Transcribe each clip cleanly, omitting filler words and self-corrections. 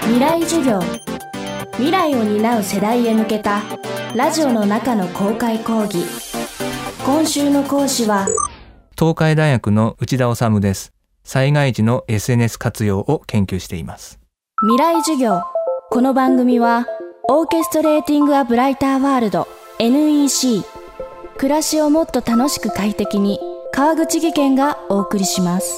未来授業、未来を担う世代へ向けたラジオの中の公開講義。今週の講師は東海大学の内田修です。災害時の SNS 活用を研究しています。 未来授業。この番組はオーケストレーティングアブライターワールド NEC 暮らしをもっと楽しく快適に川口義賢がお送りします。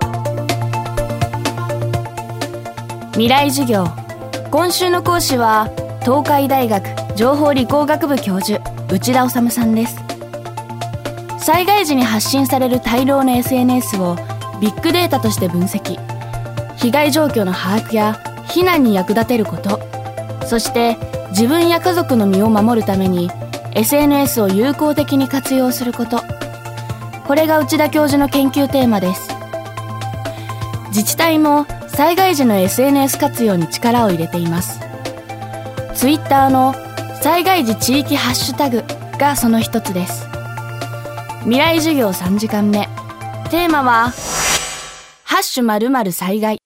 未来授業、今週の講師は東海大学情報理工学部教授内田修さんです。災害時に発信される大量の SNS をビッグデータとして分析、被害状況の把握や避難に役立てること、そして自分や家族の身を守るために SNS を有効的に活用すること、これが内田教授の研究テーマです。自治体も災害時の SNS 活用に力を入れています。ツイッターの災害時地域ハッシュタグがその一つです。未来授業3時間目、テーマはハッシュ〇〇災害。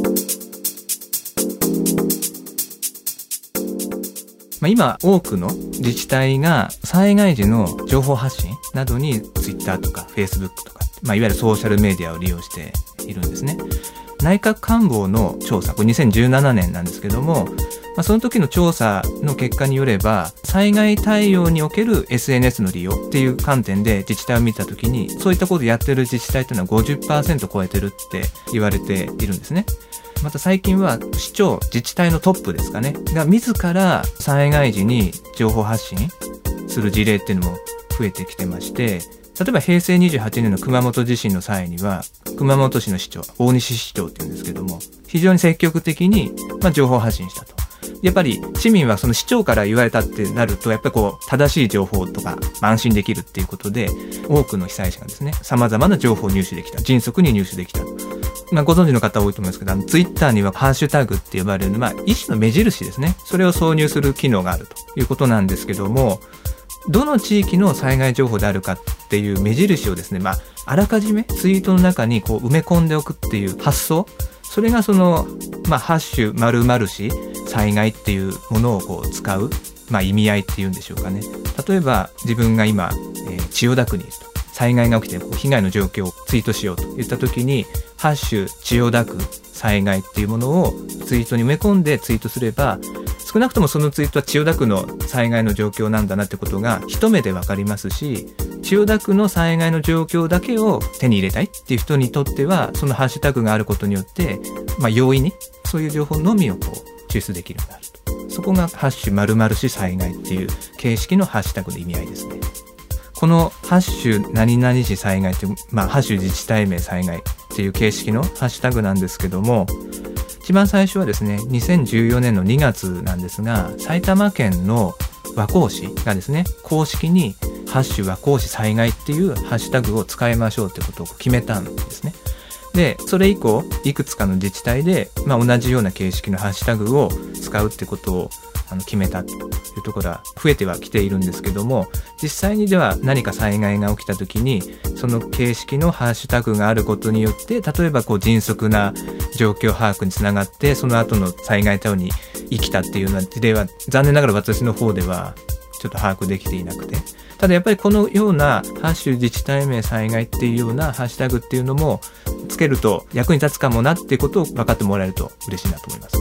今多くの自治体が災害時の情報発信などに Twitter とか Facebook とか、いわゆるソーシャルメディアを利用しているんですね。内閣官房の調査、これ2017年なんですけども、その時の調査の結果によれば、災害対応における SNS の利用っていう観点で自治体を見た時に、そういったことをやってる自治体というのは 50% 超えてるって言われているんですね。また最近は市長、自治体のトップですかね、が自ら災害時に情報発信する事例っていうのも増えてきてまして、例えば平成28年の熊本地震の際には、熊本市の市長、大西市長っていうんですけども、非常に積極的に情報発信したと。やっぱり市民はその市長から言われたってなると、やっぱり正しい情報とか安心できるっていうことで、多くの被災者がですね、様々な情報を入手できた、迅速に入手できた。ご存知の方多いと思いますけど、ツイッターにはハッシュタグって呼ばれる、一種の目印ですね。それを挿入する機能があるということなんですけども、どの地域の災害情報であるかっていう目印をですね、あらかじめツイートの中に埋め込んでおくっていう発想、それがその、ハッシュ〇〇市災害っていうものを使う、意味合いっていうんでしょうかね。例えば自分が今、千代田区にいると、災害が起きて被害の状況をツイートしようと言った時に、ハッシュ千代田区災害っていうものをツイートに埋め込んでツイートすれば、少なくともそのツイートは千代田区の災害の状況なんだなってことが一目でわかりますし、千代田区の災害の状況だけを手に入れたいっていう人にとっては、そのハッシュタグがあることによって、容易にそういう情報のみを抽出できるようになると。そこがハッシュ〇〇市災害っていう形式のハッシュタグの意味合いですね。このハッシュ何々市災害っていう、ハッシュ自治体名災害っていう形式のハッシュタグなんですけども、一番最初はですね、2014年の2月なんですが、埼玉県の和光市がですね、公式にハッシュ和光市災害っていうハッシュタグを使いましょうってことを決めたんですね。で、それ以降、いくつかの自治体で、同じような形式のハッシュタグを使うってことを決めたというところは増えてはきているんですけども、実際にでは何か災害が起きた時に、その形式のハッシュタグがあることによって、例えば迅速な状況把握につながって、その後の災害対応に生きたっていうような事例は、残念ながら私の方ではちょっと把握できていなくて、ただやっぱりこのようなハッシュ自治体名災害っていうようなハッシュタグっていうのもつけると役に立つかもなっていうことを分かってもらえると嬉しいなと思います。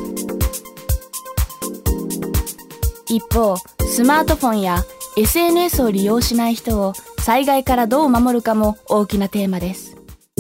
一方、スマートフォンや SNS を利用しない人を災害からどう守るかも大きなテーマです。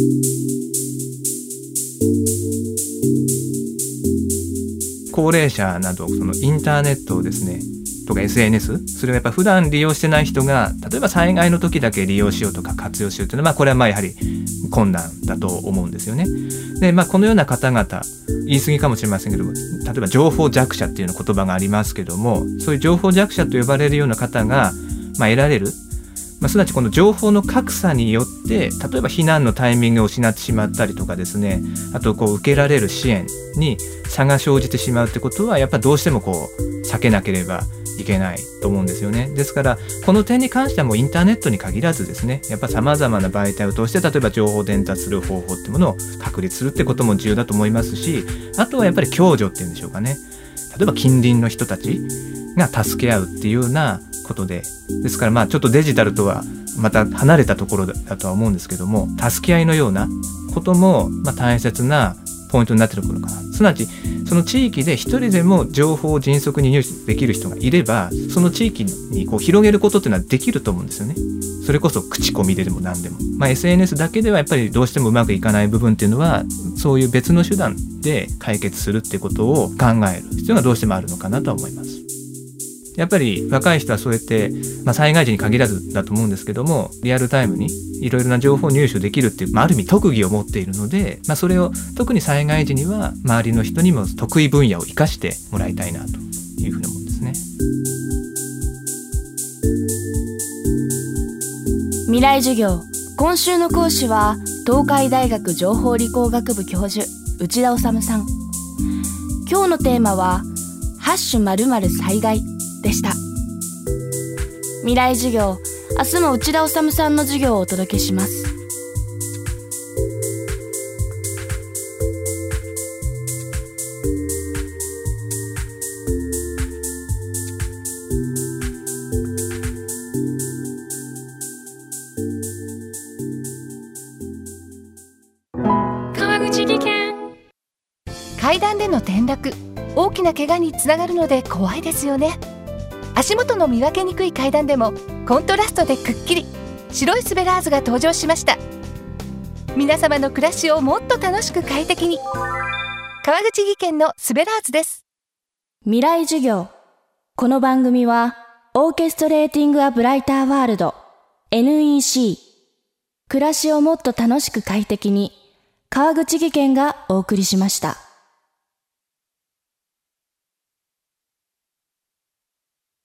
高齢者などそのインターネットをですねとか SNS、 それはやっぱ普段利用してない人が例えば災害の時だけ利用しようとか活用しようというのは、これはやはり困難だと思うんですよね。で、このような方々、言い過ぎかもしれませんけども、例えば情報弱者っていうような言葉がありますけども、そういう情報弱者と呼ばれるような方が、得られるすなわちこの情報の格差によって例えば避難のタイミングを失ってしまったりとかですね、あと受けられる支援に差が生じてしまうってことはやっぱどうしても避けなければいけないと思うんですよね。ですからこの点に関してはもうインターネットに限らずですね、やっぱ様々な媒体を通して例えば情報を伝達する方法っていうものを確立するってことも重要だと思いますし、あとはやっぱり共助っていうんでしょうかね。例えば近隣の人たちが助け合うっていうようなことですからちょっとデジタルとはまた離れたところだとは思うんですけども、助け合いのようなことも大切なポイントになってくるのかな。すなわちその地域で一人でも情報を迅速に入手できる人がいれば、その地域に広げることっていうのはできると思うんですよね。それこそ口コミでも何でも、SNS だけではやっぱりどうしてもうまくいかない部分っていうのは、そういう別の手段で解決するってことを考える必要がどうしてもあるのかなとは思います。やっぱり若い人はそうやって、災害時に限らずだと思うんですけども、リアルタイムにいろいろな情報を入手できるっていう、ある意味特技を持っているので、それを特に災害時には周りの人にも得意分野を生かしてもらいたいなというふうに思うんですね。 未来授業、今週の講師は東海大学情報理工学部教授内田修さん。今日のテーマは#〇〇災害でした。未来授業、明日も内田修さんの授業をお届けします。 川口技研。階段での転落、大きな怪我につながるので怖いですよね。足元の見分けにくい階段でもコントラストでくっきり白いスベラーズが登場しました。皆様の暮らしをもっと楽しく快適に、川口技研のスベラーズです。 未来授業、この番組はオーケストレーティングアブライターワールド NEC、 暮らしをもっと楽しく快適に、川口技研がお送りしました。